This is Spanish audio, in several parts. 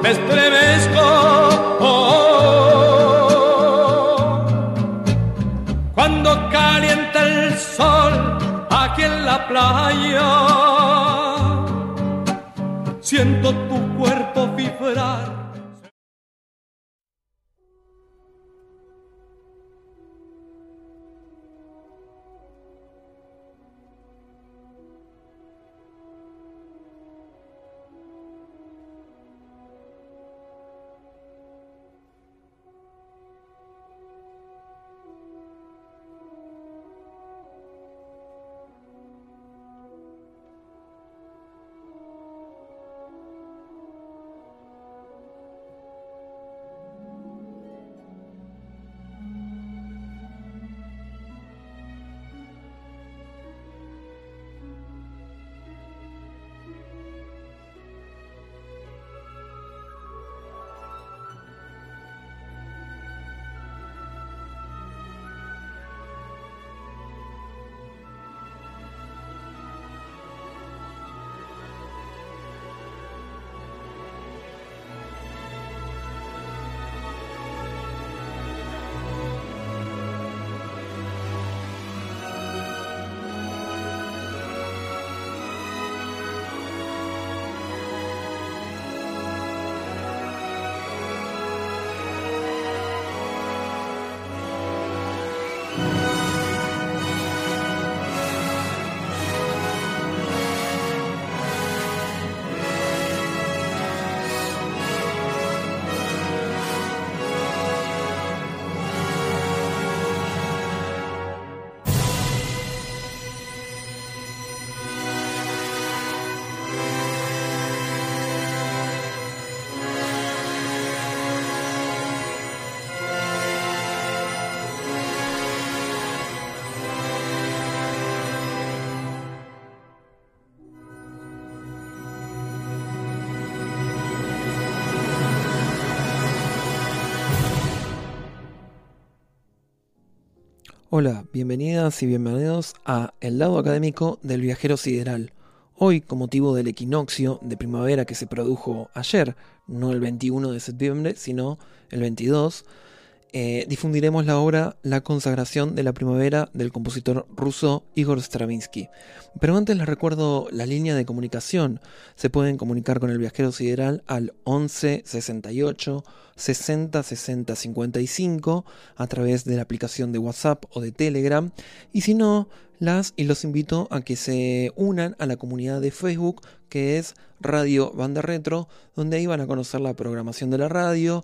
me estremezco. Cuando calienta el sol aquí en la playa, siento tu cuerpo vibrar. Hola, bienvenidas y bienvenidos a El lado académico del viajero sideral. Hoy, con motivo del equinoccio de primavera que se produjo ayer, no el 21 de septiembre, sino el 22, difundiremos la obra La consagración de la primavera del compositor ruso Igor Stravinsky. Pero antes les recuerdo la línea de comunicación. Se pueden comunicar con el viajero sideral al 11 68 60 60 55 a través de la aplicación de WhatsApp o de Telegram, y si no, los invito a que se unan a la comunidad de Facebook que es Radio Banda Retro, donde ahí van a conocer la programación de la radio,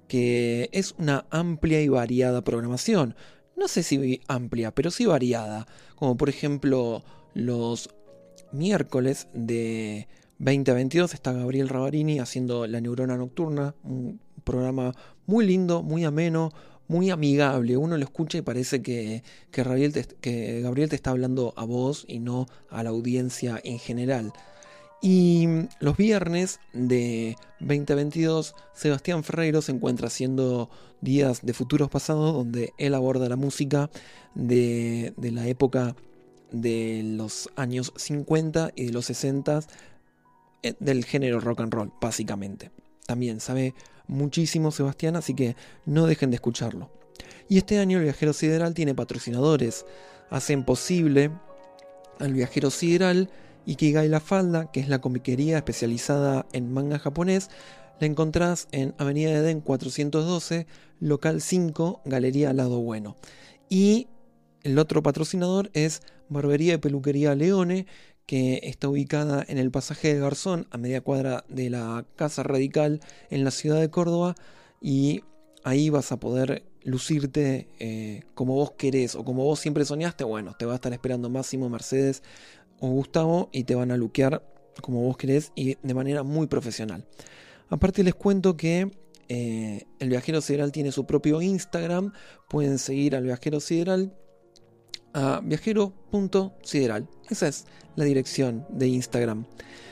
que es una amplia y variada programación. No sé si amplia, pero sí variada, como por ejemplo los miércoles de 20 a 22 está Gabriel Ravarini haciendo La Neurona Nocturna, un programa muy lindo, muy ameno, muy amigable. Uno lo escucha y parece que Gabriel te está hablando a vos y no a la audiencia en general. Y los viernes de 20 a 22, Sebastián Ferreiro se encuentra haciendo Días de Futuros Pasados, donde él aborda la música de la época de los años 50 y de los 60 del género rock and roll, básicamente. También sabe muchísimo Sebastián, así que no dejen de escucharlo. Y este año el Viajero Sideral tiene patrocinadores. Hacen posible al Viajero Sideral Ikigai La Falda, que es la comiquería especializada en manga japonés. La encontrás en Avenida Edén 412, local 5, Galería Lado Bueno. Y el otro patrocinador es Barbería y Peluquería Leone, que está ubicada en el Pasaje del Garzón, a media cuadra de la Casa Radical en la ciudad de Córdoba, y ahí vas a poder lucirte como vos querés o como vos siempre soñaste. Bueno, te va a estar esperando Máximo, Mercedes o Gustavo y te van a luquear como vos querés y de manera muy profesional. Aparte les cuento que el Viajero Sideral tiene su propio Instagram. Pueden seguir al Viajero Sideral a viajero.sideral. Esa es la dirección de Instagram.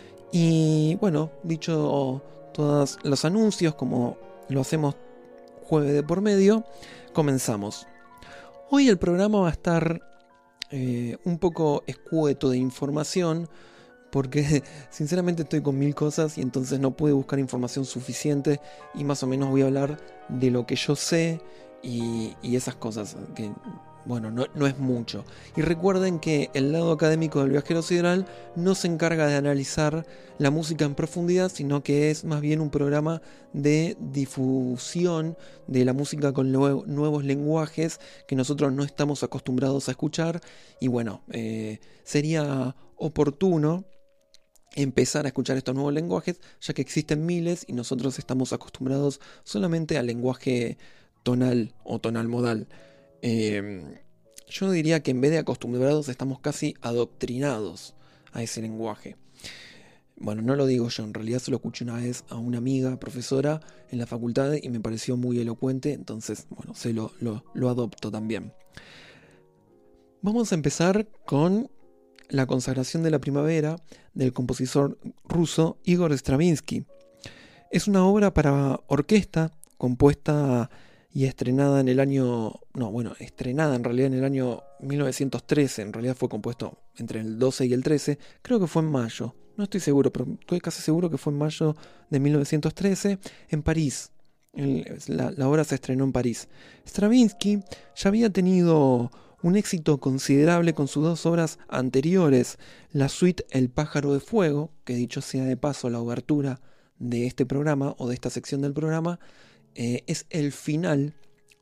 Y bueno, dicho todos los anuncios, como lo hacemos jueves de por medio, comenzamos. Hoy el programa va a estar un poco escueto de información, porque sinceramente estoy con 1000 cosas y entonces no pude buscar información suficiente y más o menos voy a hablar de lo que yo sé y esas cosas que, bueno, no es mucho. Y recuerden que el lado académico del Viajero Sideral no se encarga de analizar la música en profundidad, sino que es más bien un programa de difusión de la música con nuevos lenguajes que nosotros no estamos acostumbrados a escuchar. Y bueno, sería oportuno empezar a escuchar estos nuevos lenguajes, ya que existen miles y nosotros estamos acostumbrados solamente al lenguaje tonal o tonal modal. Yo diría que en vez de acostumbrados estamos casi adoctrinados a ese lenguaje. Bueno, no lo digo yo, en realidad se lo escuché una vez a una amiga profesora en la facultad y me pareció muy elocuente, entonces, bueno, lo adopto también. Vamos a empezar con La consagración de la primavera del compositor ruso Igor Stravinsky. Es una obra para orquesta compuesta y estrenada en el año... estrenada en realidad en el año 1913. En realidad fue compuesto entre el 12 y el 13. Creo que fue en mayo. No estoy seguro, pero estoy casi seguro que fue en mayo de 1913 en París. La obra se estrenó en París. Stravinsky ya había tenido un éxito considerable con sus dos obras anteriores. La suite El pájaro de fuego, que dicho sea de paso la obertura de este programa o de esta sección del programa, es el final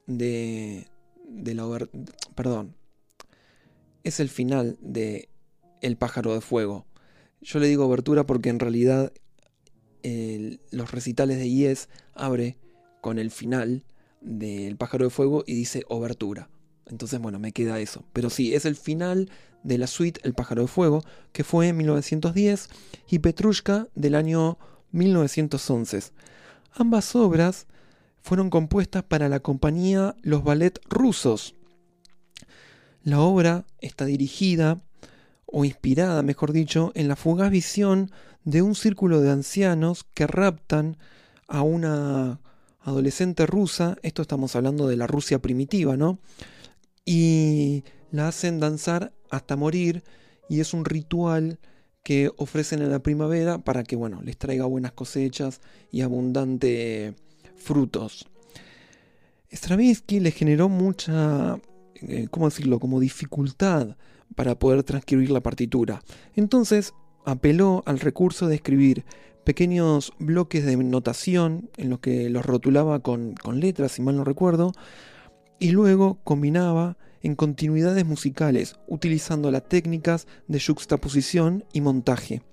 es el final de El pájaro de fuego. Yo le digo obertura porque en realidad los recitales de Yes abre con el final del pájaro de fuego y dice obertura. Entonces, bueno, me queda eso. Pero sí, es el final de la suite El pájaro de fuego, que fue en 1910, y Petrushka del año 1911. Ambas obras fueron compuestas para la compañía Los Ballet Rusos. La obra está dirigida, o inspirada, mejor dicho, en la fugaz visión de un círculo de ancianos que raptan a una adolescente rusa. Esto estamos hablando de la Rusia primitiva, ¿no? Y la hacen danzar hasta morir, y es un ritual que ofrecen en la primavera para que, bueno, les traiga buenas cosechas y abundante frutos. Stravinsky le generó mucha, ¿cómo decirlo?, como dificultad para poder transcribir la partitura. Entonces apeló al recurso de escribir pequeños bloques de notación en los que los rotulaba con letras, si mal no recuerdo, y luego combinaba en continuidades musicales, utilizando las técnicas de yuxtaposición y montaje.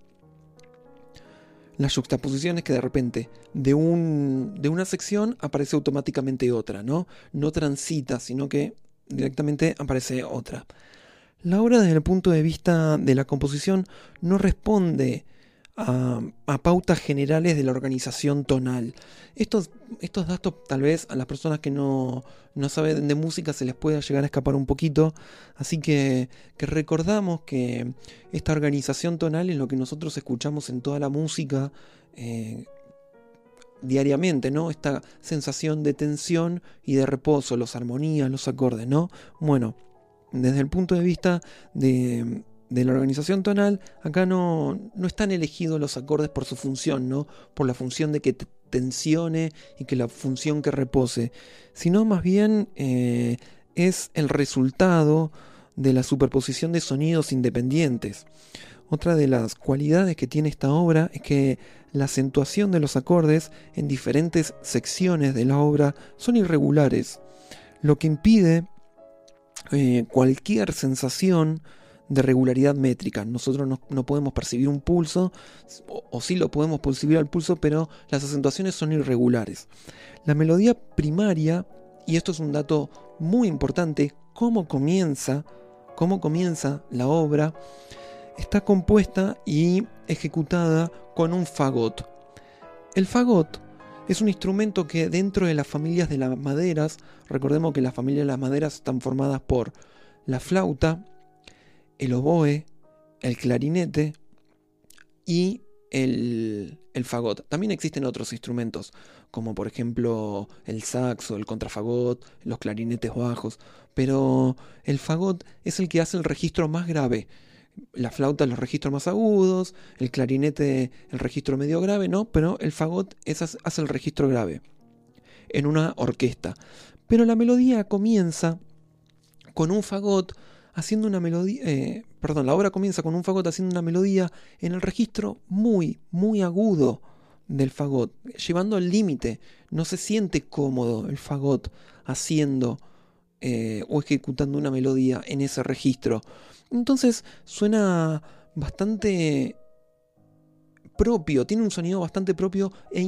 La yuxtaposición es que de repente de una sección aparece automáticamente otra, ¿no? No transita, sino que directamente aparece otra. La obra desde el punto de vista de la composición no responde a pautas generales de la organización tonal. Estos datos tal vez a las personas que no saben de música se les pueda llegar a escapar un poquito, así que recordamos que esta organización tonal es lo que nosotros escuchamos en toda la música diariamente, ¿no? Esta sensación de tensión y de reposo, las armonías, los acordes, ¿no? Bueno, desde el punto de vista de la organización tonal, acá no están elegidos los acordes por su función, ¿no? Por la función de que tensione y que la función que repose, sino más bien es el resultado de la superposición de sonidos independientes. Otra de las cualidades que tiene esta obra es que la acentuación de los acordes en diferentes secciones de la obra son irregulares, lo que impide cualquier sensación de regularidad métrica. Nosotros no podemos percibir un pulso, o sí lo podemos percibir al pulso, pero las acentuaciones son irregulares. La melodía primaria, y esto es un dato muy importante, cómo comienza la obra, está compuesta y ejecutada con un fagot. El fagot es un instrumento que dentro de las familias de las maderas, recordemos que las familias de las maderas están formadas por la flauta, el oboe, el clarinete y el fagot. También existen otros instrumentos, como por ejemplo el saxo, el contrafagot, los clarinetes bajos, pero el fagot es el que hace el registro más grave. La flauta los registros más agudos, el clarinete el registro medio grave, ¿no? Pero el fagot hace el registro grave en una orquesta. Pero la melodía comienza con un fagot haciendo una melodía, la obra comienza con un fagot haciendo una melodía en el registro muy, muy agudo del fagot, llevando al límite. No se siente cómodo el fagot haciendo o ejecutando una melodía en ese registro. Entonces suena bastante propio, tiene un sonido bastante propio e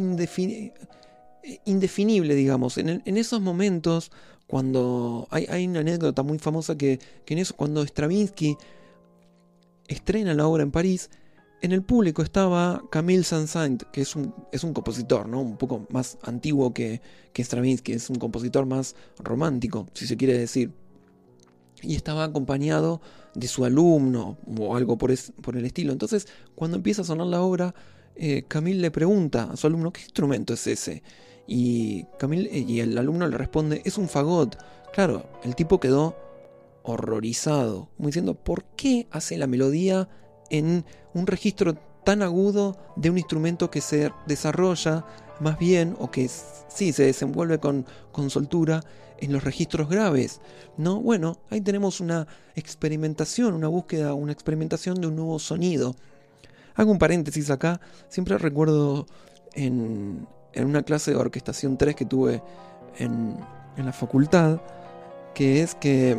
indefinible, digamos. En esos momentos, cuando hay una anécdota muy famosa que en eso, cuando Stravinsky estrena la obra en París, en el público estaba Camille Saint-Saëns, que es un compositor, ¿no? Un poco más antiguo que Stravinsky, es un compositor más romántico, si se quiere decir. Y estaba acompañado de su alumno o algo por el estilo. Entonces, cuando empieza a sonar la obra, Camille le pregunta a su alumno: ¿qué instrumento es ese? Y el alumno le responde: es un fagot. Claro, el tipo quedó horrorizado, como diciendo: ¿por qué hace la melodía en un registro tan agudo de un instrumento que se desarrolla más bien, o que sí se desenvuelve con soltura, en los registros graves? ¿No? Bueno, ahí tenemos una experimentación, una búsqueda, una experimentación de un nuevo sonido. Hago un paréntesis acá. Siempre recuerdo en una clase de orquestación 3 que tuve en la facultad, que es que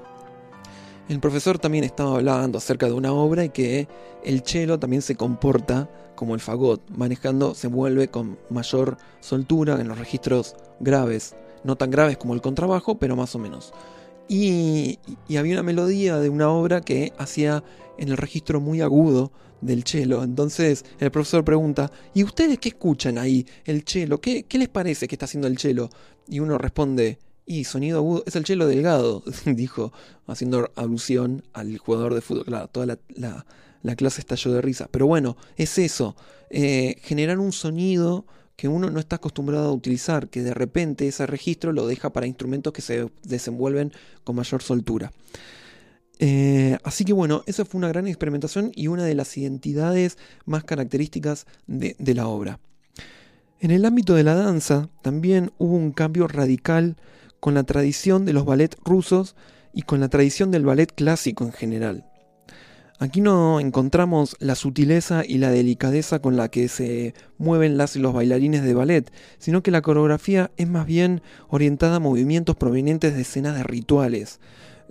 el profesor también estaba hablando acerca de una obra y que el cello también se comporta como el fagot, se vuelve con mayor soltura en los registros graves, no tan graves como el contrabajo, pero más o menos. Y había una melodía de una obra que hacía en el registro muy agudo del cello. Entonces el profesor pregunta: ¿y ustedes qué escuchan ahí? El cello, ¿qué les parece que está haciendo el cello? Y uno responde: y sonido agudo, es el cello delgado, dijo, haciendo alusión al jugador de fútbol. Claro, toda la clase estalló de risa. Pero bueno, es eso, generar un sonido que uno no está acostumbrado a utilizar, que de repente ese registro lo deja para instrumentos que se desenvuelven con mayor soltura. Así que bueno, esa fue una gran experimentación y una de las identidades más características de la obra. En el ámbito de la danza también hubo un cambio radical con la tradición de los ballets rusos y con la tradición del ballet clásico en general. Aquí no encontramos la sutileza y la delicadeza con la que se mueven los bailarines de ballet, sino que la coreografía es más bien orientada a movimientos provenientes de escenas de rituales.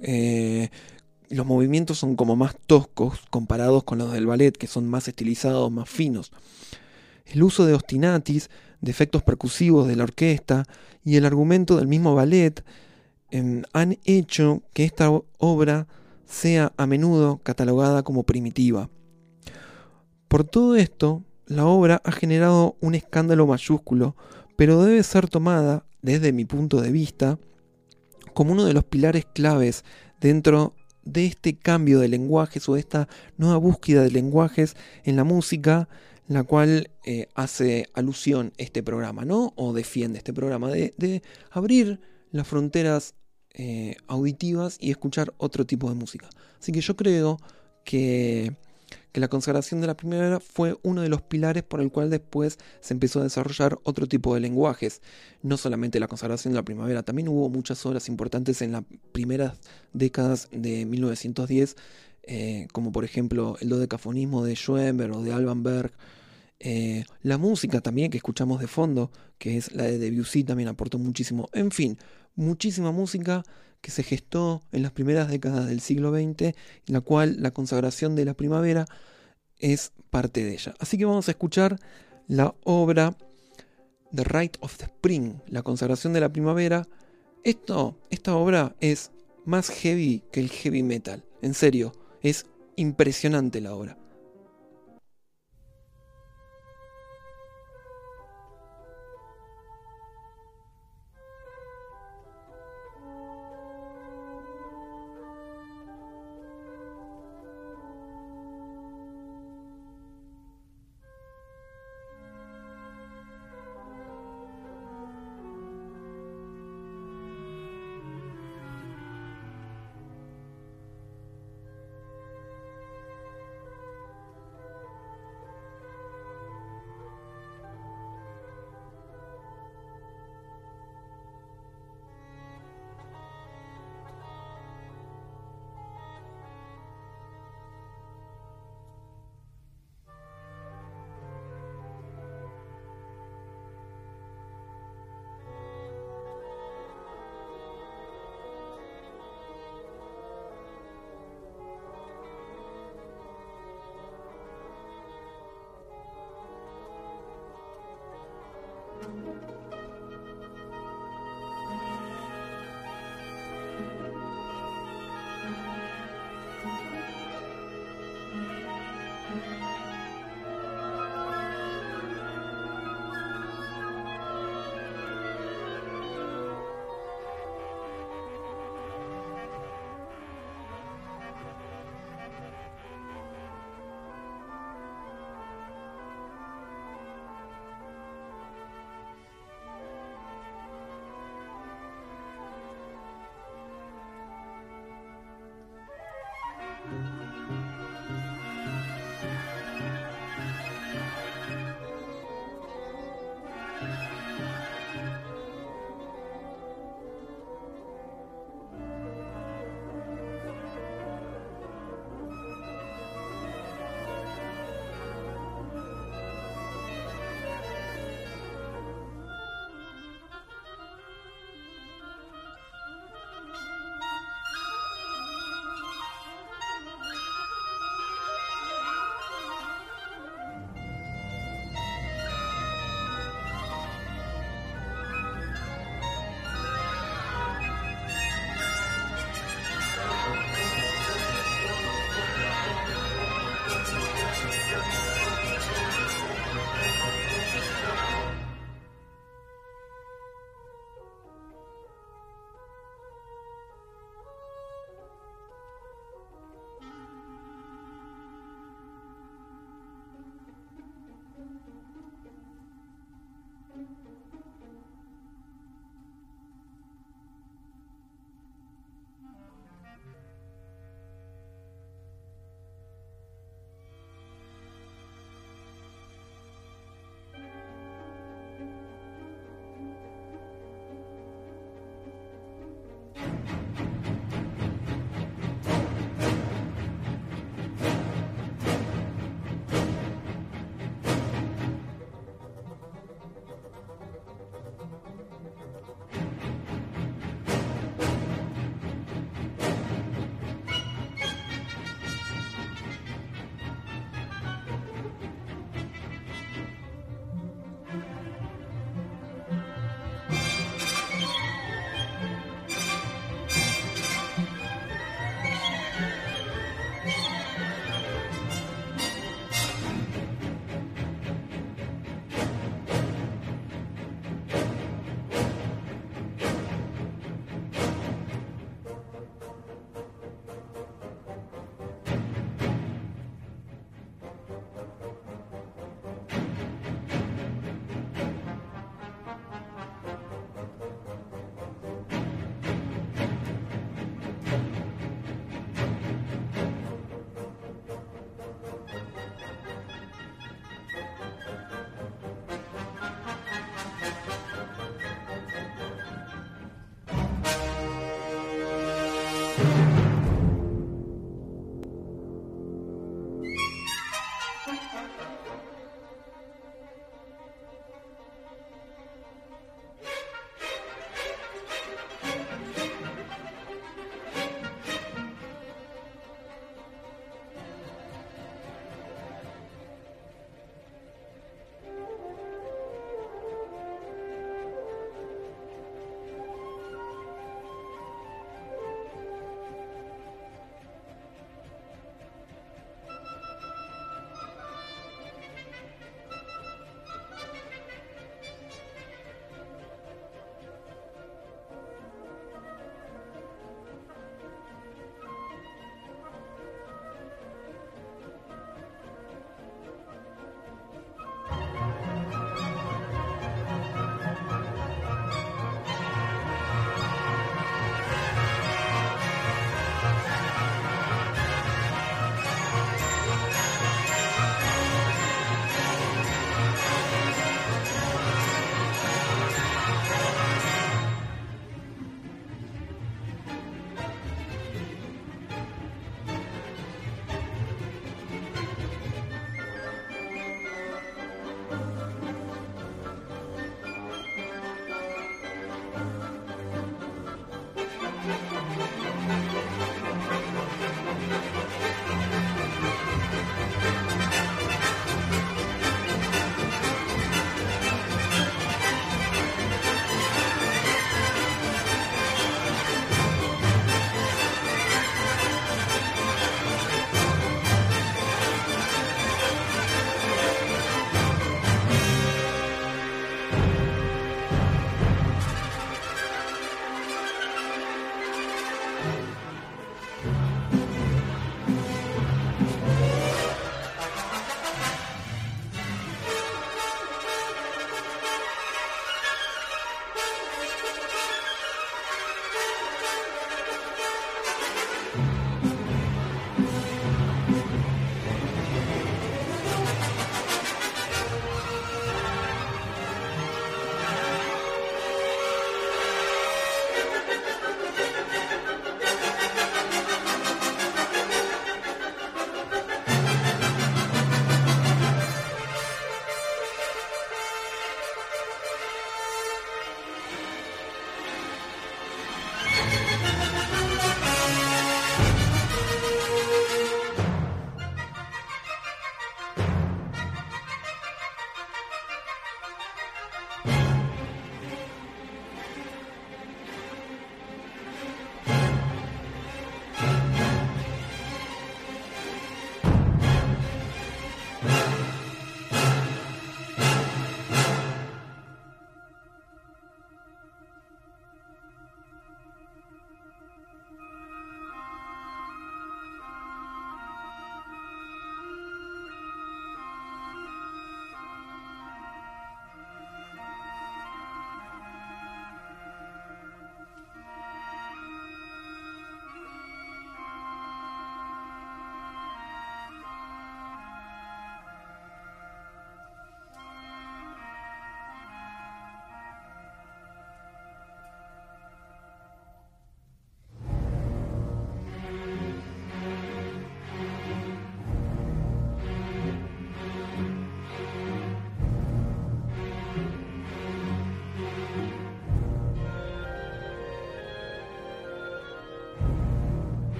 Los movimientos son como más toscos comparados con los del ballet, que son más estilizados, más finos. El uso de ostinatis, de efectos percusivos de la orquesta y el argumento del mismo ballet han hecho que esta obra sea a menudo catalogada como primitiva. Por todo esto, la obra ha generado un escándalo mayúsculo, pero debe ser tomada, desde mi punto de vista, como uno de los pilares claves dentro de este cambio de lenguajes o de esta nueva búsqueda de lenguajes en la música, la cual hace alusión este programa, ¿no? O defiende este programa de abrir las fronteras auditivas y escuchar otro tipo de música. Así que yo creo que la consagración de la primavera fue uno de los pilares por el cual después se empezó a desarrollar otro tipo de lenguajes. No solamente la consagración de la primavera, también hubo muchas obras importantes en las primeras décadas de 1910, como por ejemplo el dodecafonismo de Schoenberg o de Alban Berg. La música también que escuchamos de fondo, que es la de Debussy, también aportó muchísimo. En fin, muchísima música que se gestó en las primeras décadas del siglo XX, en la cual la consagración de la primavera es parte de ella. Así que vamos a escuchar la obra The Rite of the Spring, la consagración de la primavera. Esta obra es más heavy que el heavy metal. En serio, es impresionante la obra.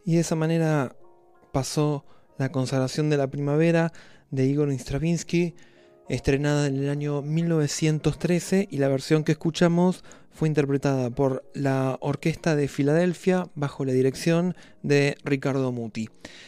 Y de esa manera pasó La consagración de la primavera de Igor Stravinsky, estrenada en el año 1913, y la versión que escuchamos fue interpretada por la Orquesta de Filadelfia bajo la dirección de Riccardo Muti.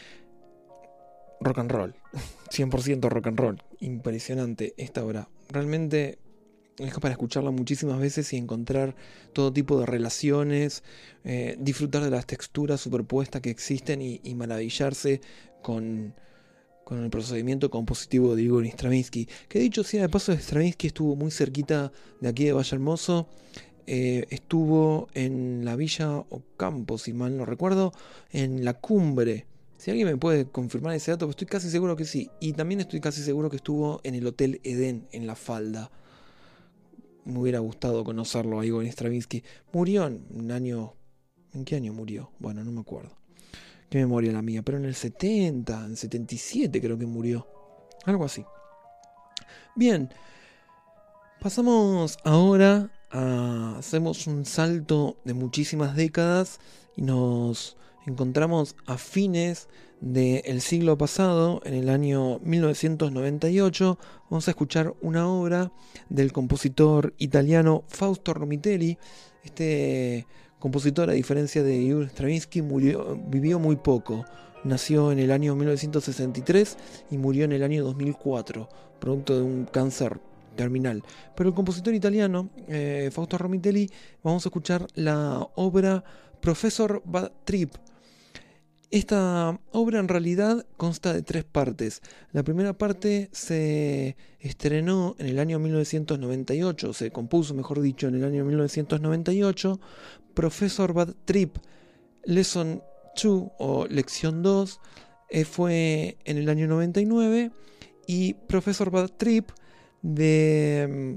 Rock and roll, 100% rock and roll, impresionante esta obra, realmente es para escucharla muchísimas veces y encontrar todo tipo de relaciones, disfrutar de las texturas superpuestas que existen y maravillarse con el procedimiento compositivo de Igor Stravinsky, que dicho sea de paso, Stravinsky estuvo muy cerquita de aquí de Vallehermoso, estuvo en la Villa Ocampo, si mal no recuerdo, en la Cumbre. Si alguien me puede confirmar ese dato, pues estoy casi seguro que sí. Y también estoy casi seguro que estuvo en el Hotel Edén, en La Falda. Me hubiera gustado conocerlo a Igor Stravinsky. Murió en un año... ¿En qué año murió? Bueno, no me acuerdo. Qué memoria la mía. Pero en el 70, en 77 creo que murió. Algo así. Bien. Pasamos ahora a... Hacemos un salto de muchísimas décadas y nos encontramos a fines del siglo pasado, en el año 1998, vamos a escuchar una obra del compositor italiano Fausto Romitelli. Este compositor, a diferencia de Igor Stravinsky, vivió muy poco. Nació en el año 1963 y murió en el año 2004, producto de un cáncer terminal. Pero el compositor italiano, Fausto Romitelli, vamos a escuchar la obra Professor Bad Trip. Esta obra en realidad consta de 3 partes. La primera parte se estrenó en el año 1998, se compuso, mejor dicho, en el año 1998. Professor Bad Trip, Lesson 2 o Lección 2 fue en el año 99. Y Professor Bad Trip de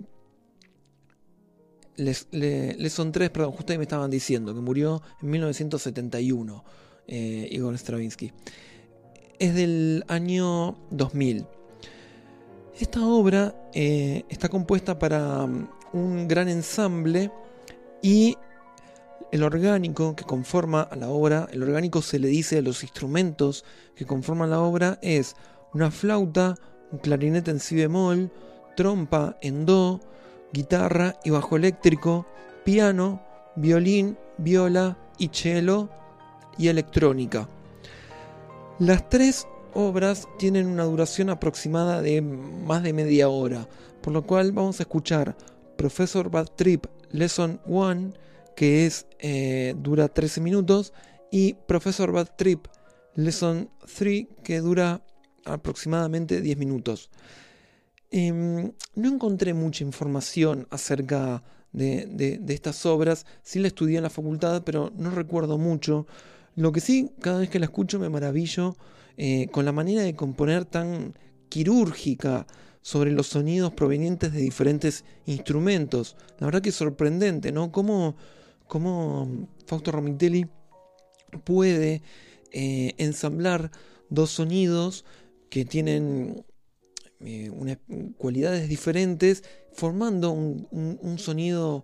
Lesson 3, perdón, justo ahí me estaban diciendo que murió en 1971. Igor Stravinsky. Es del año 2000. Esta obra está compuesta para un gran ensamble y el orgánico que conforma a la obra, el orgánico se le dice a los instrumentos que conforman la obra, es una flauta, un clarinete en si bemol, trompa en do, guitarra y bajo eléctrico, piano, violín, viola y cello y electrónica. Las 3 obras tienen una duración aproximada de más de media hora, por lo cual vamos a escuchar Professor Bad Trip Lesson 1, que dura 13 minutos, y Professor Bad Trip Lesson 3, que dura aproximadamente 10 minutos. No encontré mucha información acerca de estas obras. Sí la estudié en la facultad, pero no recuerdo mucho. Lo que sí, cada vez que la escucho me maravillo con la manera de componer tan quirúrgica sobre los sonidos provenientes de diferentes instrumentos. La verdad que es sorprendente, ¿no? Cómo Fausto Romitelli puede ensamblar 2 sonidos que tienen unas cualidades diferentes, formando un sonido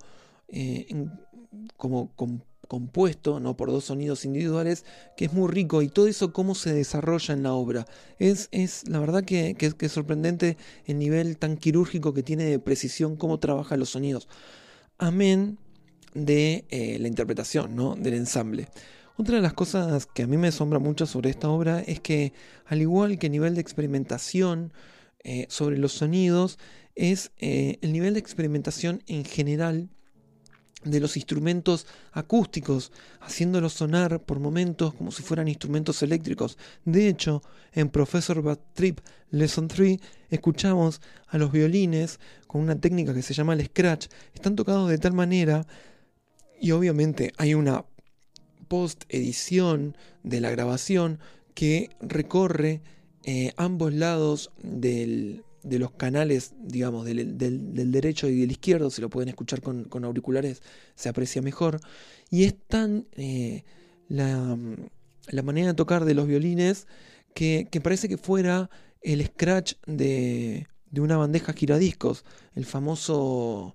como compuesto, ¿no?, por 2 sonidos individuales, que es muy rico, y todo eso cómo se desarrolla en la obra. Es la verdad que es sorprendente el nivel tan quirúrgico que tiene de precisión, cómo trabaja los sonidos. Amén de la interpretación, ¿no?, del ensamble. Otra de las cosas que a mí me asombra mucho sobre esta obra es que, al igual que el nivel de experimentación sobre los sonidos, es el nivel de experimentación en general de los instrumentos acústicos, haciéndolos sonar por momentos como si fueran instrumentos eléctricos. De hecho, en Professor Bad Trip Lesson 3 escuchamos a los violines con una técnica que se llama el scratch. Están tocados de tal manera, y obviamente hay una post-edición de la grabación que recorre ambos lados de los canales, digamos, del derecho y del izquierdo. Si lo pueden escuchar con auriculares se aprecia mejor. Y es tan la manera de tocar de los violines que parece que fuera el scratch de una bandeja giradiscos, el famoso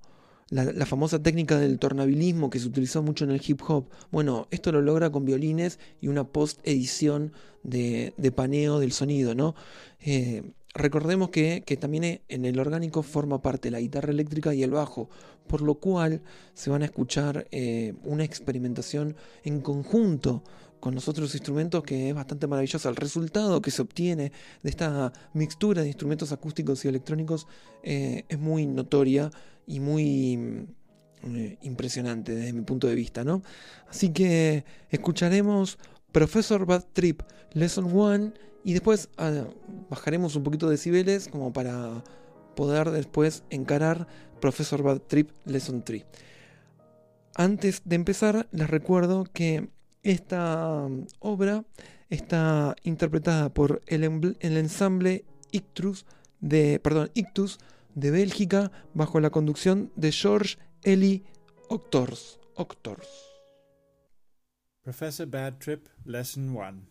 la famosa técnica del tornabilismo que se utilizó mucho en el hip hop. Bueno, esto lo logra con violines y una post-edición de paneo del sonido, ¿no? Recordemos que también en el orgánico forma parte la guitarra eléctrica y el bajo, por lo cual se van a escuchar una experimentación en conjunto con los otros instrumentos que es bastante maravillosa. El resultado que se obtiene de esta mixtura de instrumentos acústicos y electrónicos es muy notoria y muy impresionante desde mi punto de vista, ¿no? Así que escucharemos Professor Bad Trip Lesson 1 y después bajaremos un poquito de decibeles como para poder después encarar Professor Bad Trip Lesson 3. Antes de empezar, les recuerdo que esta obra está interpretada por el ensamble Ictus de Bélgica bajo la conducción de Georges Elie Octors. Professor Bad Trip, Lesson 1.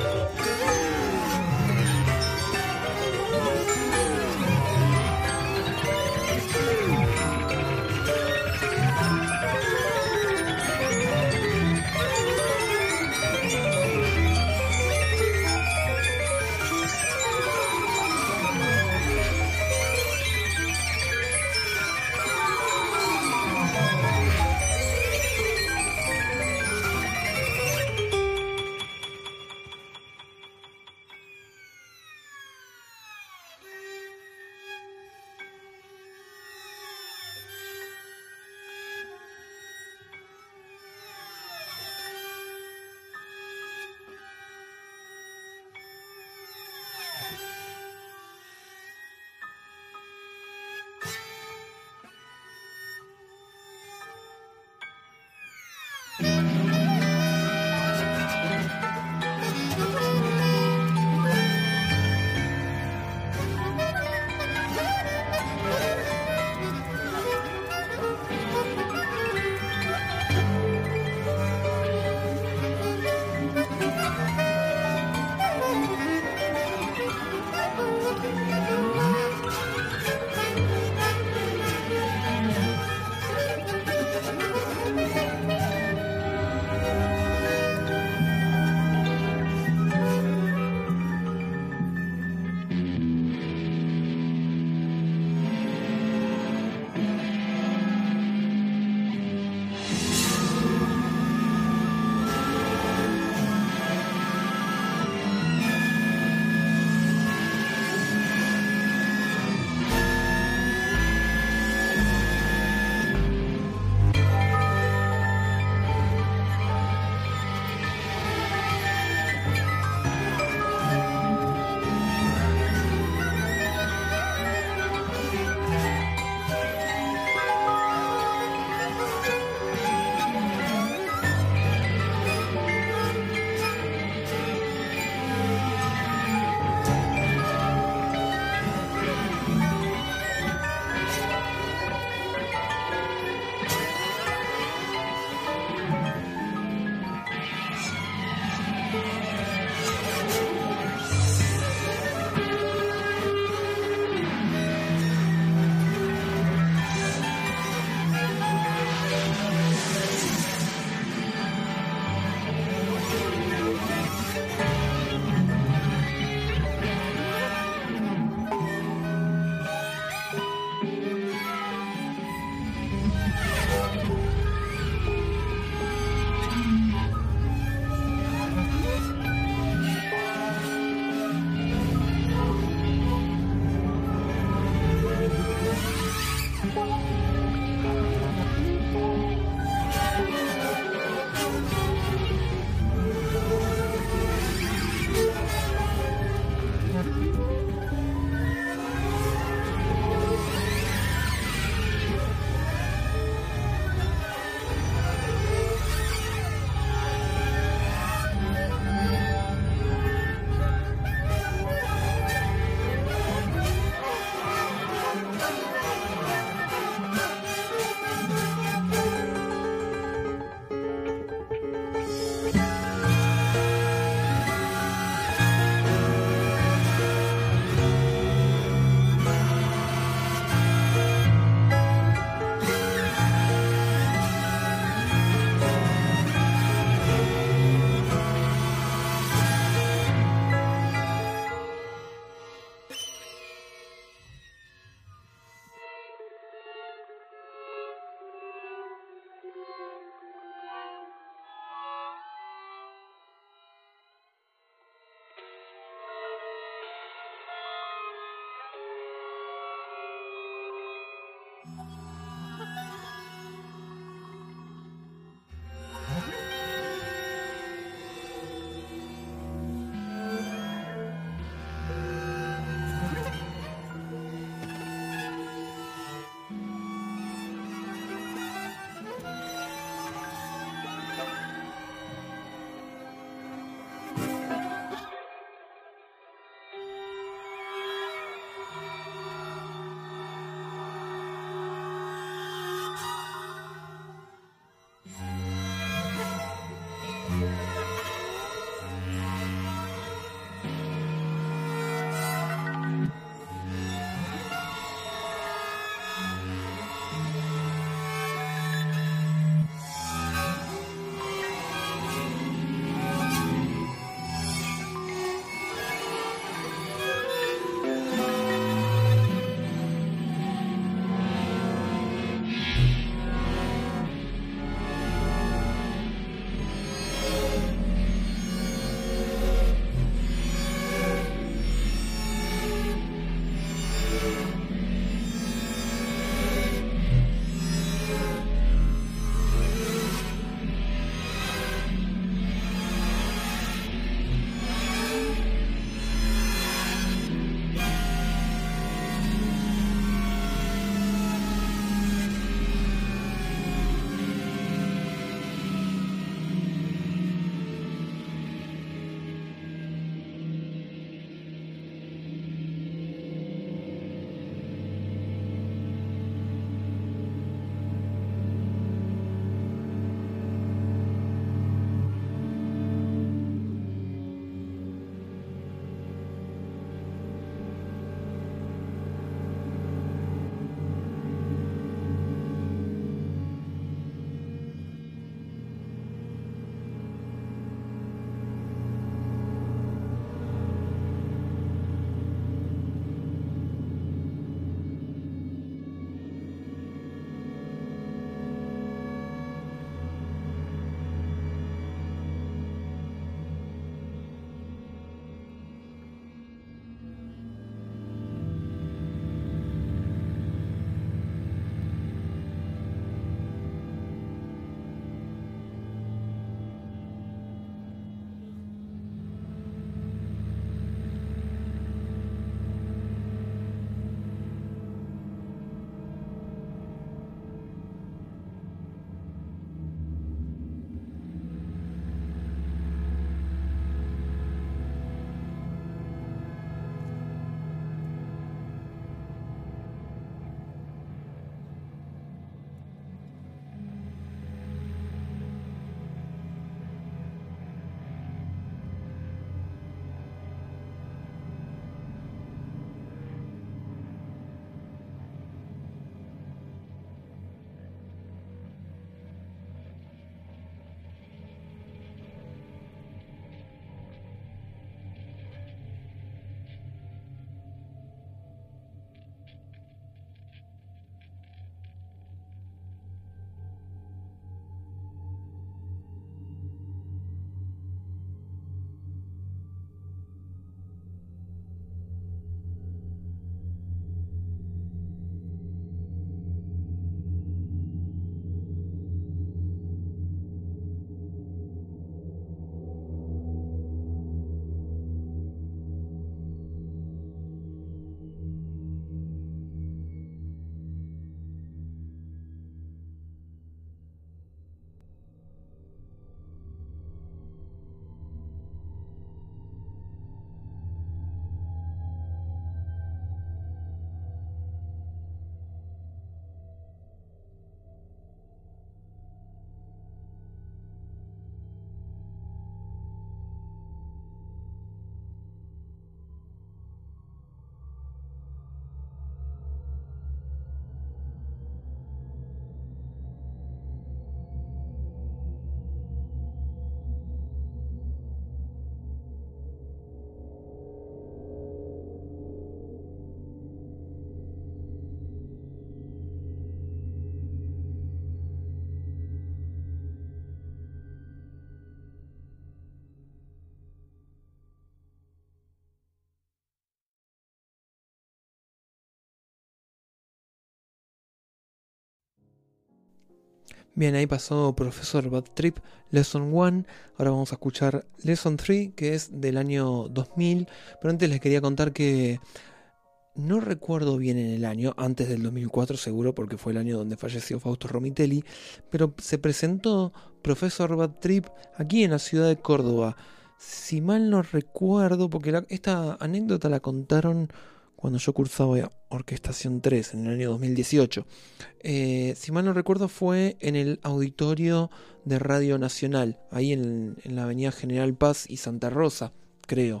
Bien, ahí pasó Professor Bad Trip, Lesson 1. Ahora vamos a escuchar Lesson 3, que es del año 2000. Pero antes les quería contar que no recuerdo bien en el año, antes del 2004 seguro, porque fue el año donde falleció Fausto Romitelli, pero se presentó Professor Bad Trip aquí en la ciudad de Córdoba. Si mal no recuerdo, porque esta anécdota la contaron cuando yo cursaba Orquestación 3 en el año 2018. Si mal no recuerdo, fue en el auditorio de Radio Nacional, ahí en la avenida General Paz y Santa Rosa, creo.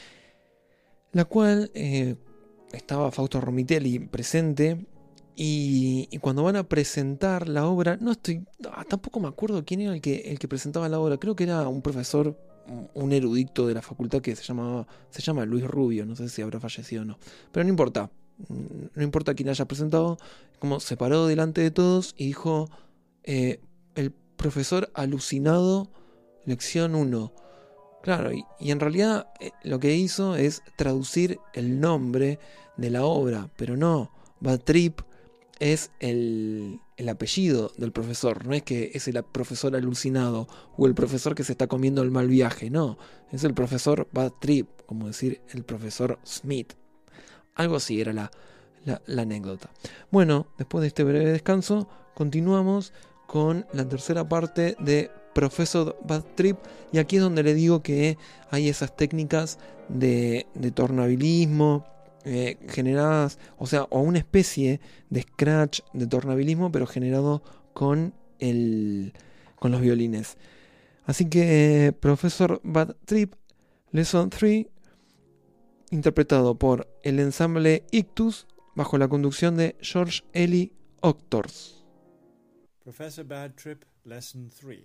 La cual estaba Fausto Romitelli presente. Y cuando van a presentar la obra, tampoco me acuerdo quién era el que presentaba la obra. Creo que era un profesor, un erudito de la facultad que se llama Luis Rubio, no sé si habrá fallecido o no, pero no importa quién haya presentado, como se paró delante de todos y dijo, el profesor alucinado, lección 1. Claro, y en realidad lo que hizo es traducir el nombre de la obra, pero no, Bad Trip es el apellido del profesor, no es que es el profesor alucinado o el profesor que se está comiendo el mal viaje, no, es el profesor Bad Trip, como decir el profesor Smith. Algo así era la anécdota. Bueno, después de este breve descanso, continuamos con la tercera parte de Professor Bad Trip, y aquí es donde le digo que hay esas técnicas de tornabilismo, generadas, o una especie de scratch de tornabilismo, pero generado con los violines. Así que Professor Bad Trip, Lesson 3, interpretado por el ensamble Ictus bajo la conducción de George Eli Octors. Professor Bad Trip, Lesson 3.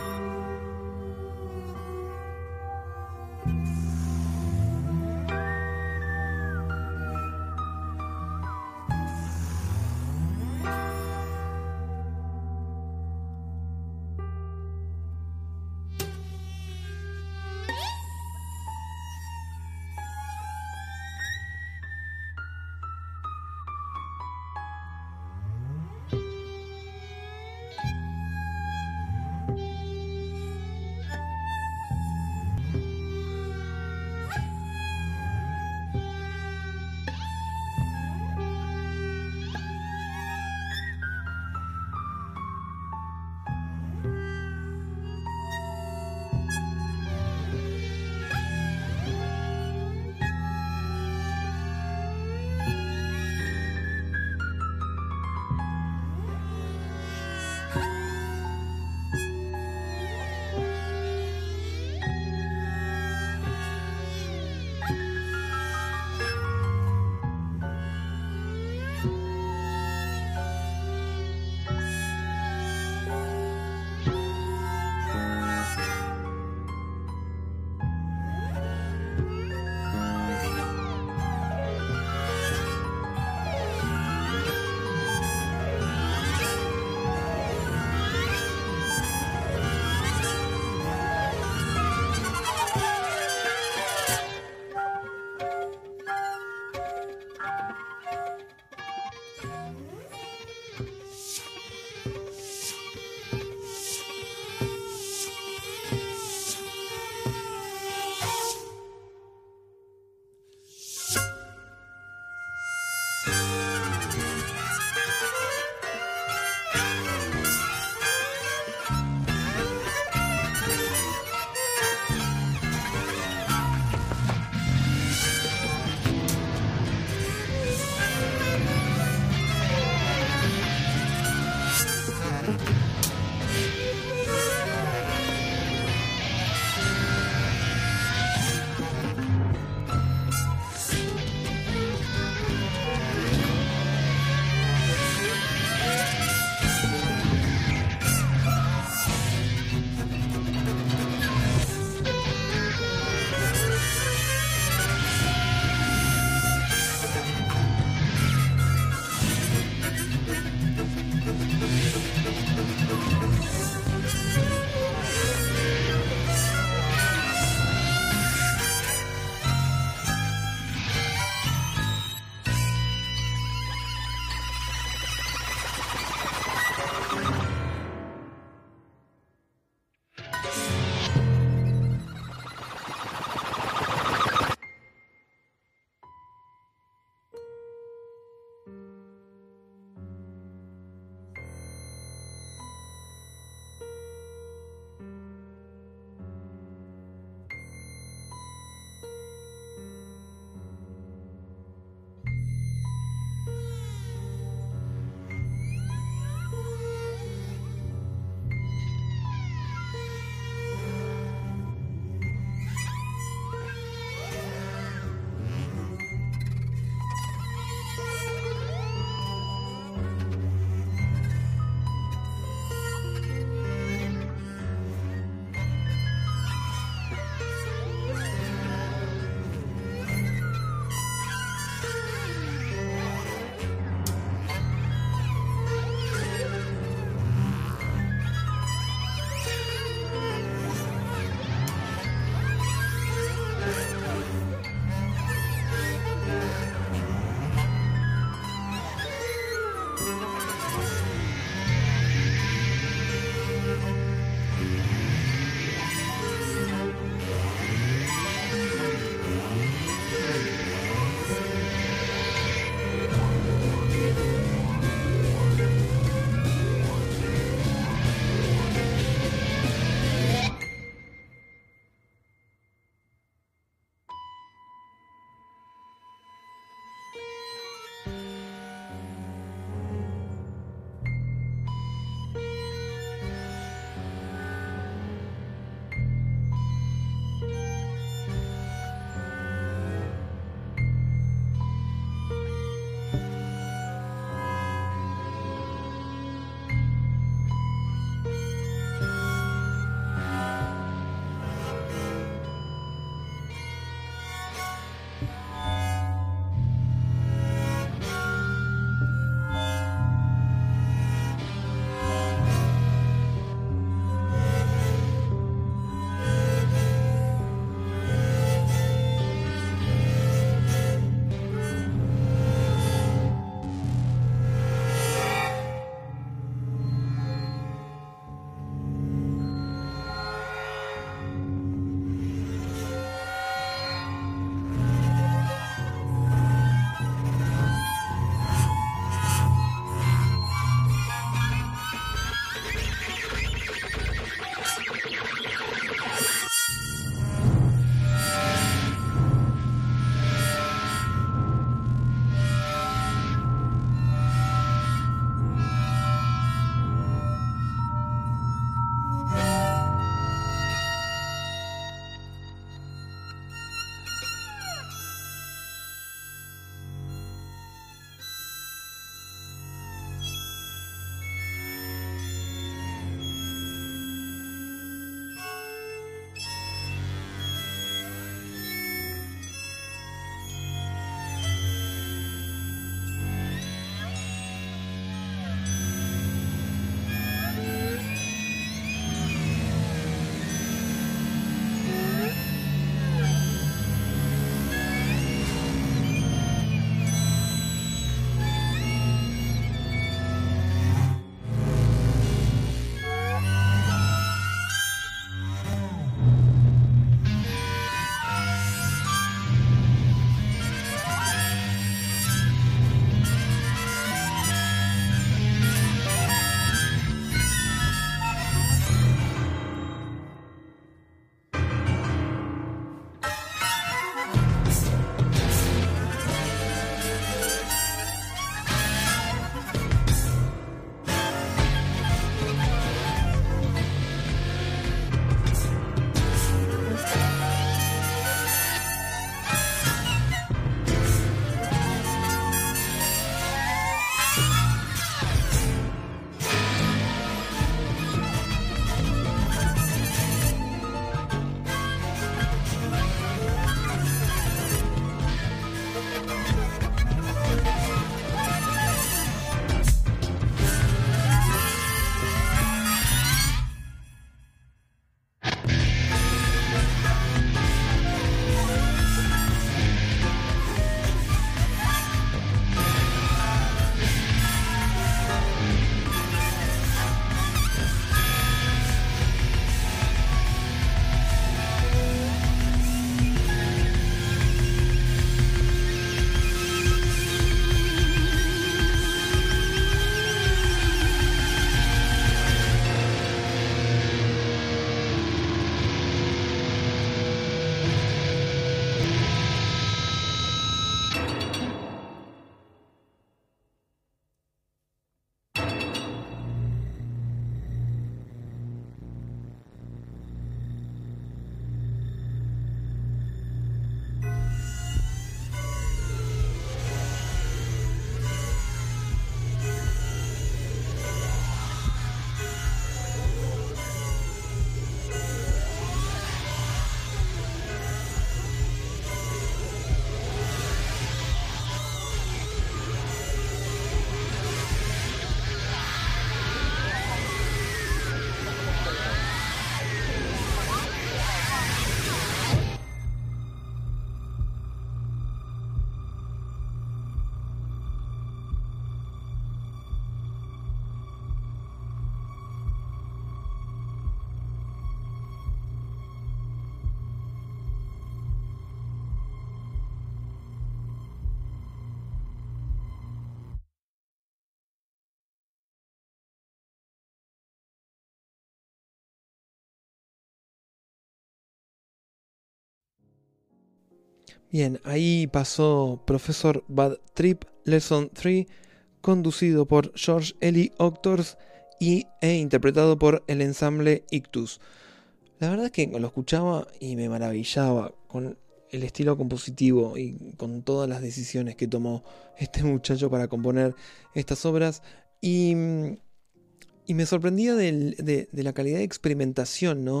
Bien, ahí pasó Professor Bad Trip Lesson 3, conducido por George Eli Octors e interpretado por el ensamble Ictus. La verdad es que lo escuchaba y me maravillaba con el estilo compositivo y con todas las decisiones que tomó este muchacho para componer estas obras. Y me sorprendía de la calidad de experimentación, ¿no?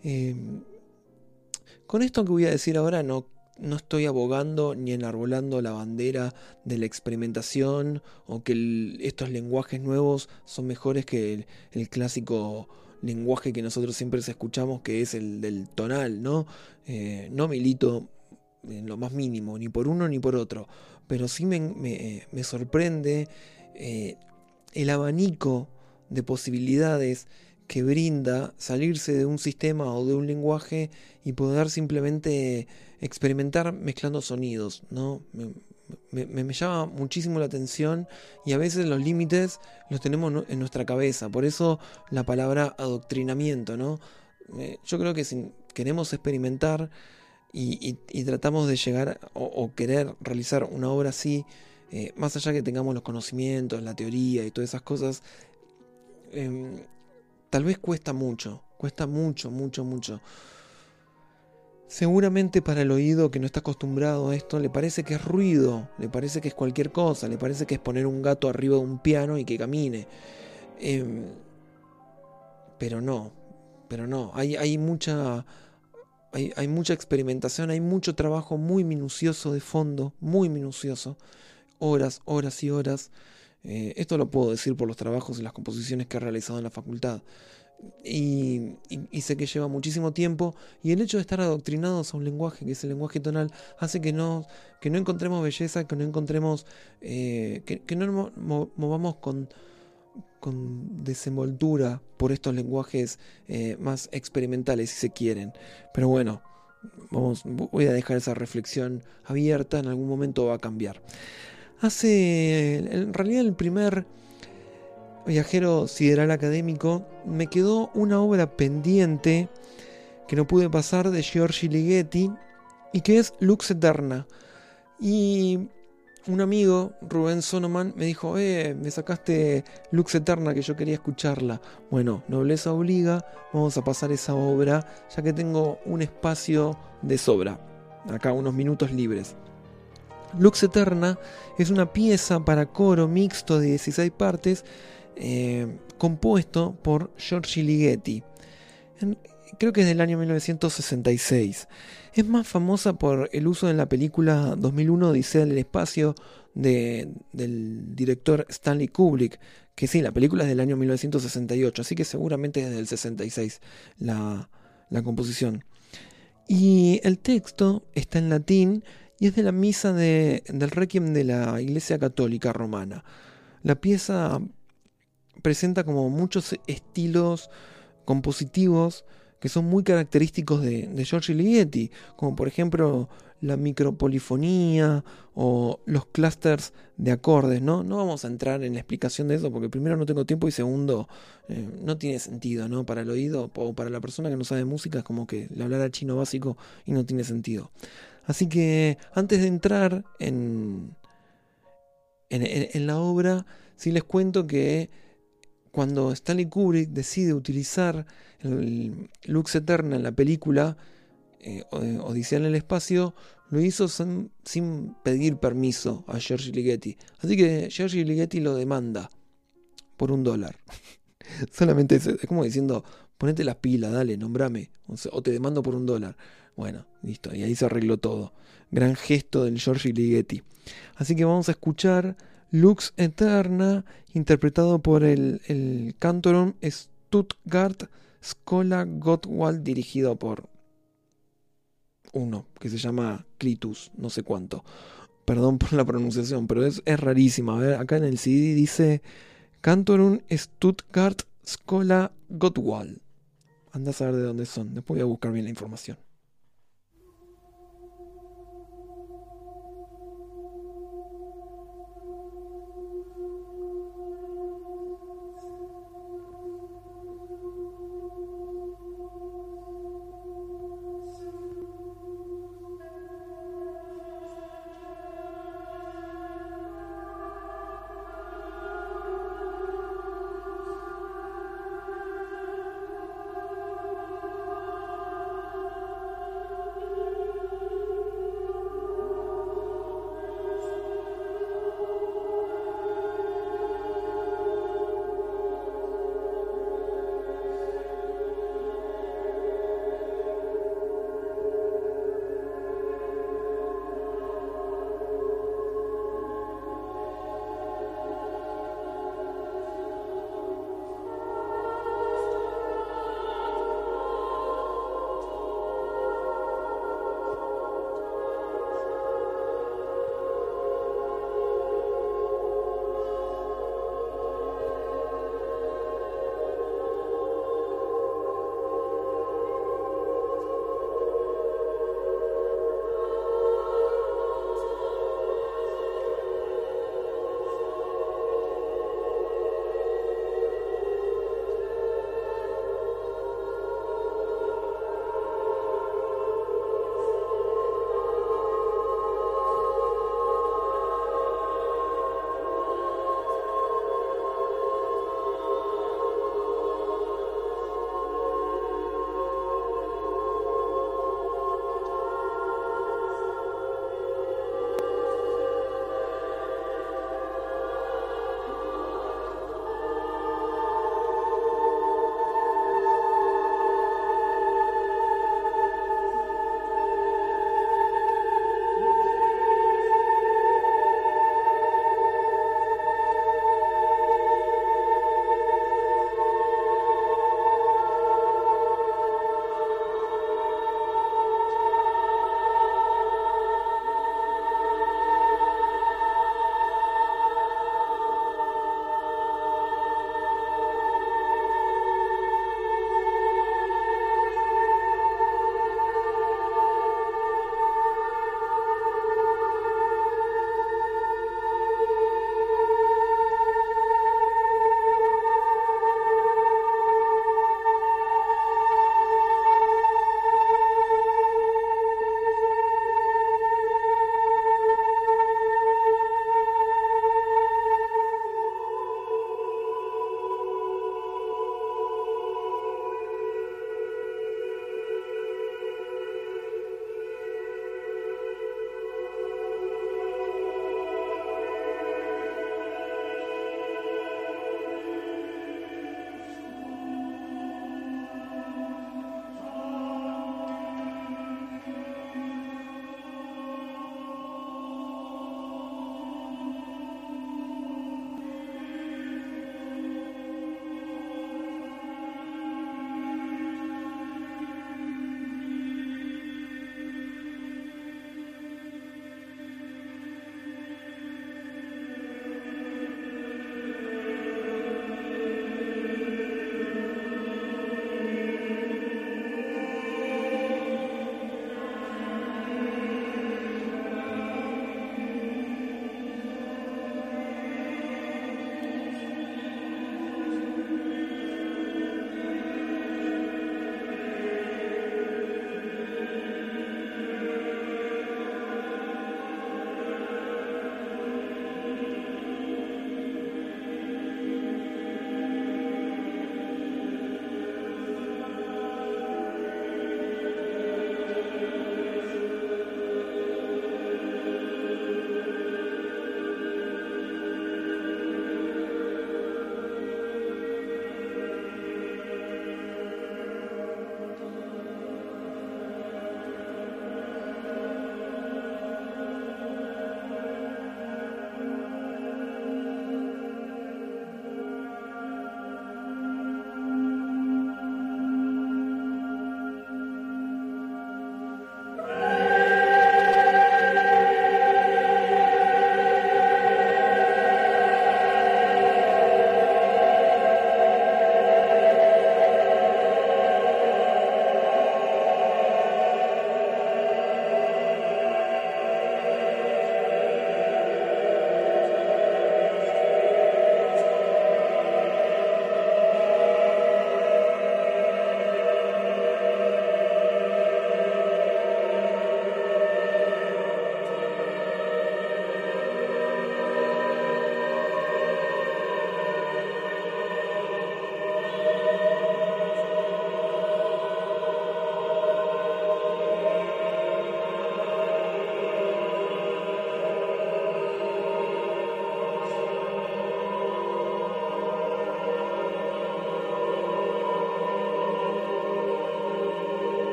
Con esto que voy a decir ahora no estoy abogando ni enarbolando la bandera de la experimentación o que estos lenguajes nuevos son mejores que el clásico lenguaje que nosotros siempre escuchamos, que es el del tonal, ¿no? No milito en lo más mínimo, ni por uno ni por otro, pero sí me sorprende el abanico de posibilidades que brinda salirse de un sistema o de un lenguaje y poder simplemente experimentar mezclando sonidos, ¿no? Me llama muchísimo la atención y a veces los límites los tenemos en nuestra cabeza. Por eso la palabra adoctrinamiento, ¿no? Yo creo que si queremos experimentar y tratamos de llegar o querer realizar una obra así, más allá que tengamos los conocimientos, la teoría y todas esas cosas, tal vez cuesta mucho, mucho. Seguramente para el oído que no está acostumbrado a esto le parece que es ruido, le parece que es cualquier cosa, le parece que es poner un gato arriba de un piano y que camine. Pero no, hay mucha experimentación, hay mucho trabajo muy minucioso de fondo, muy minucioso, horas y horas. Esto lo puedo decir por los trabajos y las composiciones que he realizado en la facultad. Y sé que lleva muchísimo tiempo, y el hecho de estar adoctrinados a un lenguaje que es el lenguaje tonal hace que no encontremos belleza, que no encontremos que no nos movamos con desenvoltura por estos lenguajes más experimentales, si se quieren. Pero bueno, voy a dejar esa reflexión abierta, en algún momento va a cambiar. En realidad el primer viajero sideral académico me quedó una obra pendiente que no pude pasar de Giorgi Ligeti y que es Lux Eterna. Y un amigo, Rubén Sonoman, me dijo, me sacaste Lux Eterna, que yo quería escucharla. Bueno, nobleza obliga, vamos a pasar esa obra, ya que tengo un espacio de sobra, acá unos minutos libres. Lux Eterna es una pieza para coro mixto de 16 partes, compuesto por Giorgi Ligeti. Creo que es del año 1966. Es más famosa por el uso en la película 2001 Odisea del Espacio del director Stanley Kubrick, que sí, la película es del año 1968, así que seguramente es del 66 la composición. Y el texto está en latín y es de la misa del Requiem de la Iglesia Católica Romana. La pieza presenta como muchos estilos compositivos que son muy característicos de Giorgi Ligeti, como por ejemplo la micropolifonía o los clusters de acordes, ¿no? No vamos a entrar en la explicación de eso porque primero no tengo tiempo y segundo no tiene sentido, ¿no? Para el oído o para la persona que no sabe música es como que le hablara chino básico y no tiene sentido. Así que antes de entrar en la obra, sí les cuento que cuando Stanley Kubrick decide utilizar el Lux Eterna en la película Odisea en el Espacio, lo hizo sin pedir permiso a Giorgi Ligeti. Así que Giorgi Ligeti lo demanda por $1. Solamente eso, es como diciendo, ponete las pilas, dale, nombrame, o te demando por $1. Bueno, listo, y ahí se arregló todo. Gran gesto del Giorgi Ligeti. Así que vamos a escuchar Lux Eterna, interpretado por el Cantorum Stuttgart Schola Gottwald, dirigido por uno que se llama Clitus, no sé cuánto. Perdón por la pronunciación, pero es rarísima. A ver, acá en el CD dice Cantorum Stuttgart Schola Gottwald. Andá a saber de dónde son, después voy a buscar bien la información.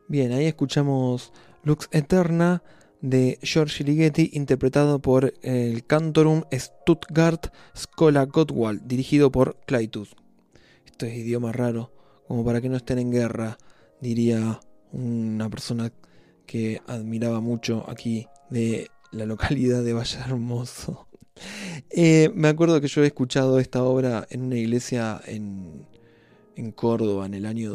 Bien, ahí escuchamos Lux Eterna de Giorgi Ligeti, interpretado por el Cantorum Stuttgart Schola Gottwald, dirigido por Claytus. Esto es idioma raro, como para que no estén en guerra, diría una persona que admiraba mucho aquí de la localidad de Valle Hermoso. Me acuerdo que yo he escuchado esta obra en una iglesia en Córdoba en el año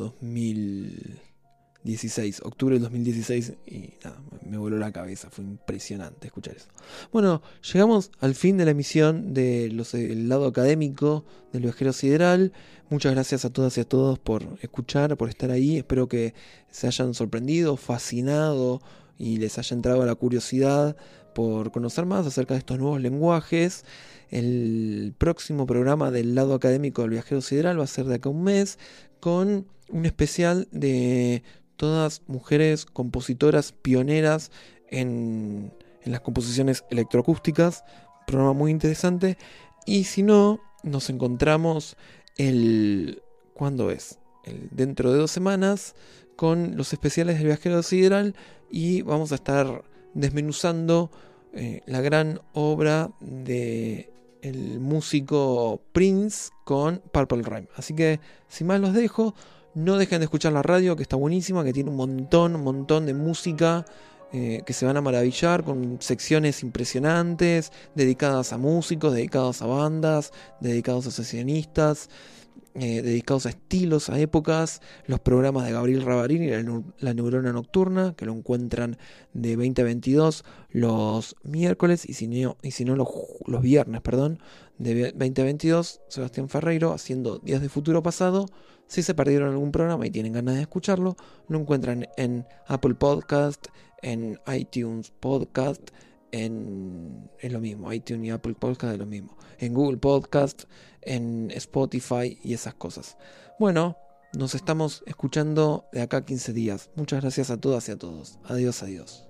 2016, octubre del 2016, y nada, me voló la cabeza, fue impresionante escuchar eso. Bueno, llegamos al fin de la emisión del lado académico del Viajero Sideral. Muchas gracias a todas y a todos por escuchar, por estar ahí. Espero que se hayan sorprendido, fascinado y les haya entrado la curiosidad por conocer más acerca de estos nuevos lenguajes. El próximo programa del lado académico del Viajero Sideral va a ser de acá a un mes, con un especial de todas mujeres compositoras pioneras en las composiciones electroacústicas. Programa muy interesante. Y si no, nos encontramos ¿cuándo es? Dentro de 2 semanas, con los especiales del Viajero Sideral, y vamos a estar desmenuzando la gran obra de el músico Prince con Purple Rain. Así que sin más los dejo. No dejen de escuchar la radio, que está buenísima, que tiene un montón de música, que se van a maravillar, con secciones impresionantes dedicadas a músicos, dedicados a bandas, dedicados a sesionistas, dedicados a estilos, a épocas. Los programas de Gabriel Rabarini, La Neurona Nocturna, que lo encuentran de 20 a 22 los miércoles, y si no los viernes, de 20 a 22, Sebastián Ferreiro haciendo Días de Futuro Pasado. Si se perdieron algún programa y tienen ganas de escucharlo, lo encuentran en Apple Podcast, en iTunes Podcast, es lo mismo, iTunes y Apple Podcast es lo mismo, en Google Podcast, en Spotify y esas cosas. Bueno, nos estamos escuchando de acá a 15 días. Muchas gracias a todas y a todos. Adiós, adiós.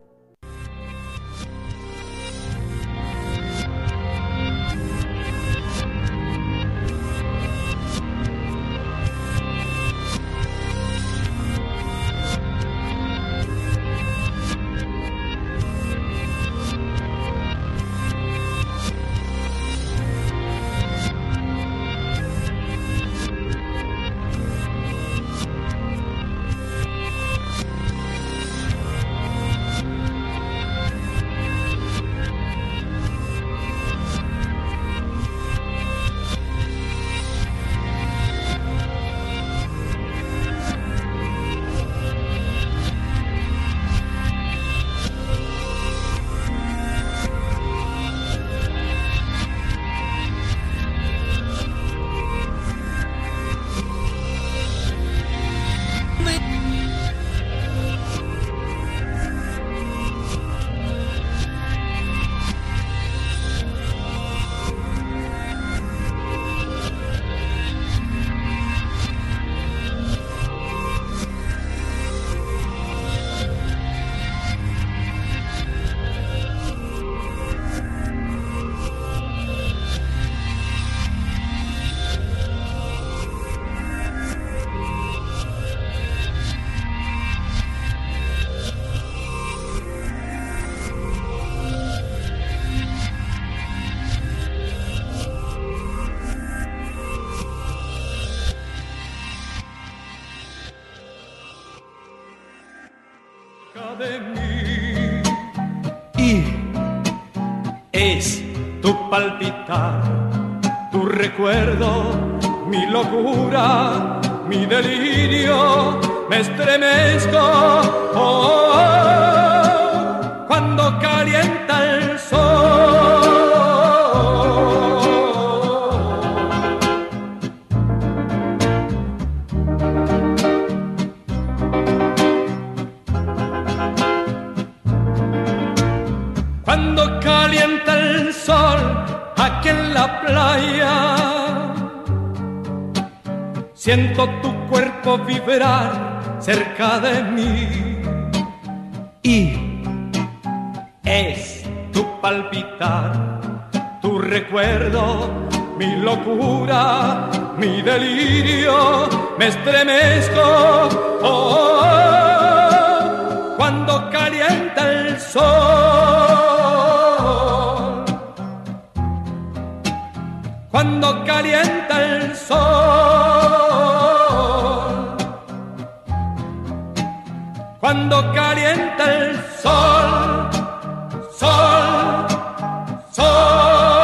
De mí y es tu palpitar, tu recuerdo, mi locura, mi delirio, me estremezco cuando calienta el sol. Cuando calienta el sol aquí en la playa, siento tu cuerpo vibrar cerca de mí y es tu palpitar, tu recuerdo, mi locura, mi delirio, me estremezco. calienta el sol, cuando calienta el sol, cuando calienta el sol, sol, sol.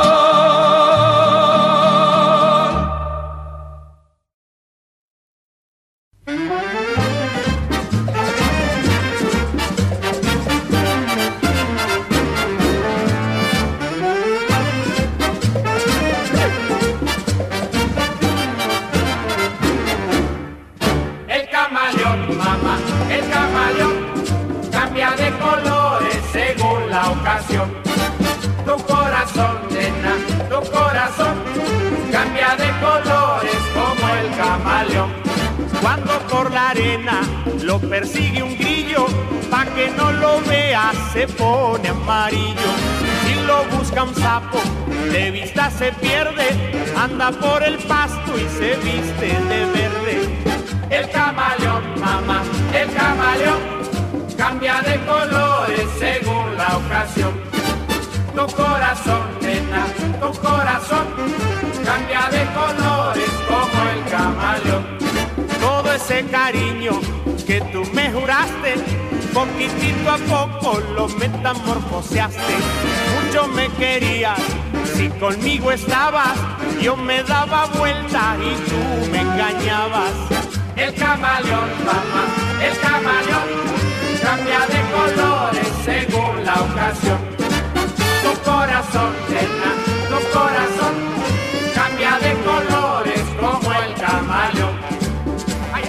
Tu corazón, nena, tu corazón cambia de colores como el camaleón. Cuando por la arena lo persigue un grillo, pa' que no lo vea se pone amarillo. Si lo busca un sapo, de vista se pierde, anda por el pasto y se viste de verde. El camaleón, mamá, el camaleón cambia de colores según la ocasión. Tu corazón, nena, tu corazón cambia de colores como el camaleón. Todo ese cariño que tú me juraste, poquitito a poco lo metamorfoseaste. Mucho me querías, si conmigo estabas, yo me daba vuelta y tú me engañabas. El camaleón, mamá, el camaleón cambia de colores según la ocasión. Tu corazón, nena, tu corazón cambia de colores como el camaleón. ¡Ay!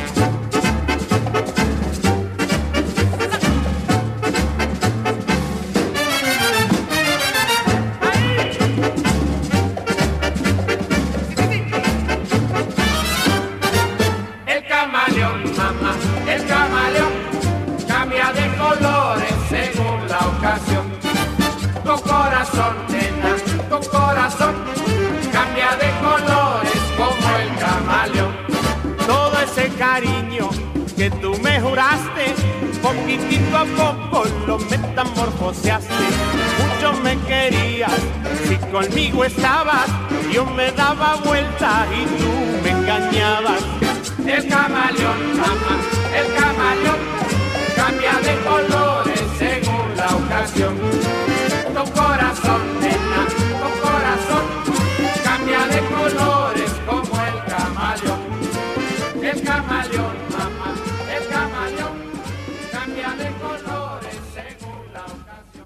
El camaleón, mamá, el camaleón cambia de colores según la ocasión. Tu corazón, nena, tu corazón cambia de colores como el camaleón. Todo ese cariño que tú me juraste, poquitito a poco lo metamorfoseaste. Mucho me querías, si conmigo estabas, yo me daba vuelta y tú me engañabas. El camaleón, mamá, el camaleón cambia de colores según la ocasión. Tu corazón, nena, tu corazón cambia de colores como el camaleón. El camaleón, mamá, el camaleón cambia de colores según la ocasión.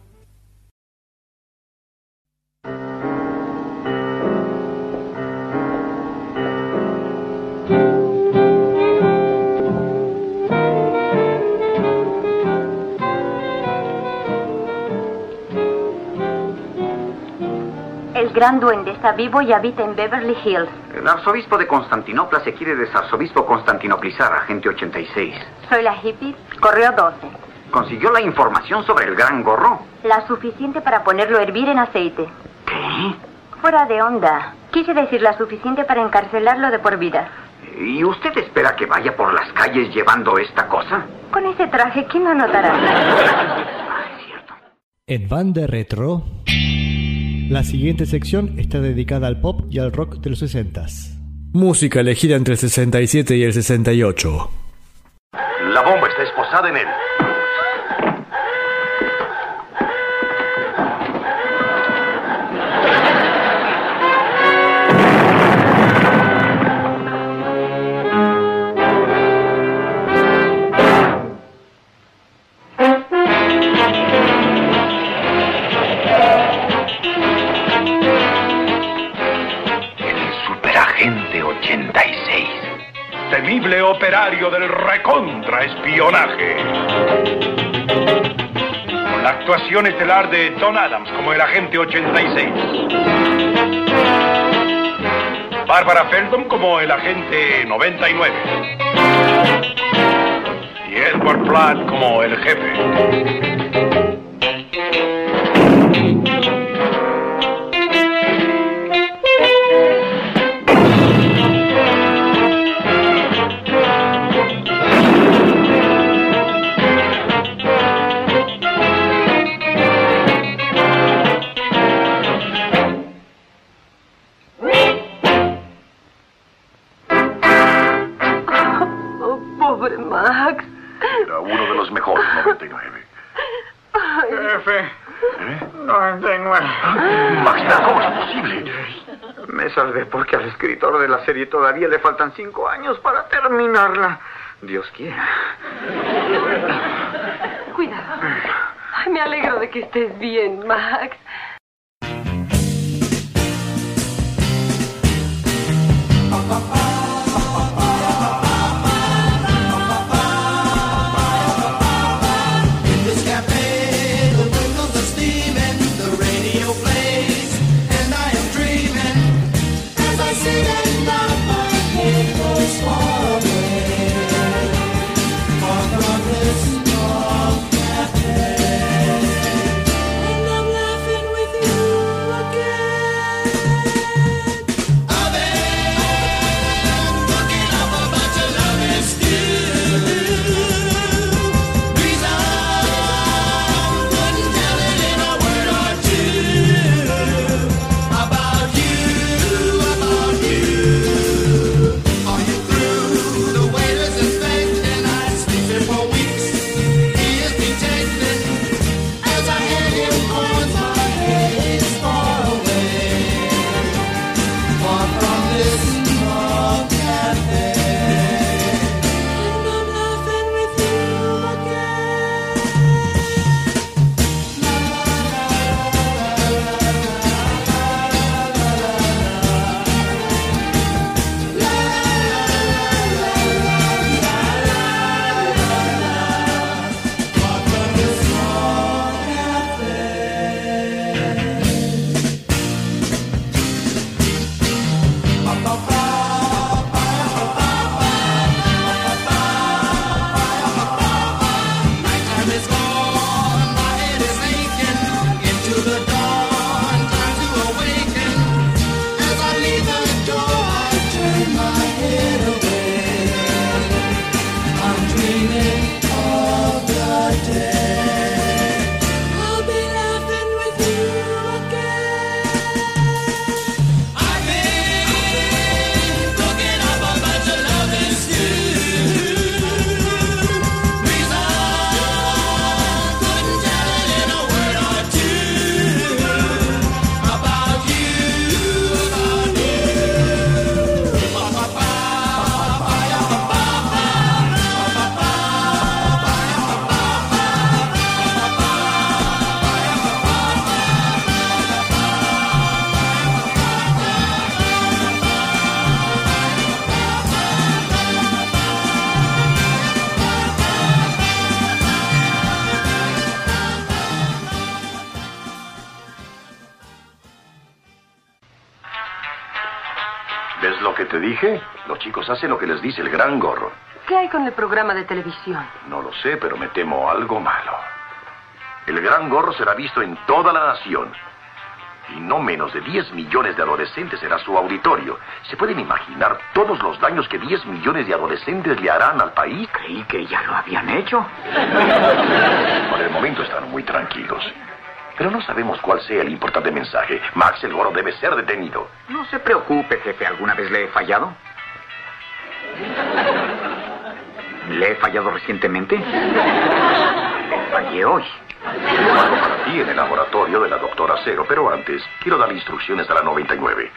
El gran duende está vivo y habita en Beverly Hills. El arzobispo de Constantinopla se quiere desarzobispo constantinoplizar, agente 86. Soy la hippie, correo 12. ¿Consiguió la información sobre el gran gorro? La suficiente para ponerlo a hervir en aceite. ¿Qué? Fuera de onda. Quise decir la suficiente para encarcelarlo de por vida. ¿Y usted espera que vaya por las calles llevando esta cosa? Con ese traje, ¿quién lo notará? Ah, es cierto. En Bande Retro, la siguiente sección está dedicada al pop y al rock de los 60s. Música elegida entre el 67 y el 68. La bomba está esposada en él. Temible operario del recontraespionaje. Con la actuación estelar de Don Adams como el agente 86. Bárbara Feldon como el agente 99. Y Edward Platt como el jefe. pobre Max. Era uno de los mejores 99. Ay. Jefe. 99. Max, ¿cómo es posible? Me salvé porque al escritor de la serie todavía le faltan 5 años para terminarla. Dios quiera. Cuidado. Ay, me alegro de que estés bien, Max. ¿Ves lo que te dije? Los chicos hacen lo que les dice el gran gorro. ¿Qué hay con el programa de televisión? No lo sé, pero me temo algo malo. El gran gorro será visto en toda la nación. Y no menos de 10 millones de adolescentes será su auditorio. ¿Se pueden imaginar todos los daños que 10 millones de adolescentes le harán al país? Creí que ya lo habían hecho. Por el momento están muy tranquilos. Pero no sabemos cuál sea el importante mensaje. Max el gorro debe ser detenido. No se preocupe, jefe. ¿Alguna vez le he fallado? ¿Le he fallado recientemente? Le fallé hoy. Tengo algo para ti en el laboratorio de la doctora Cero, pero antes quiero dar instrucciones a la 99.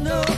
no.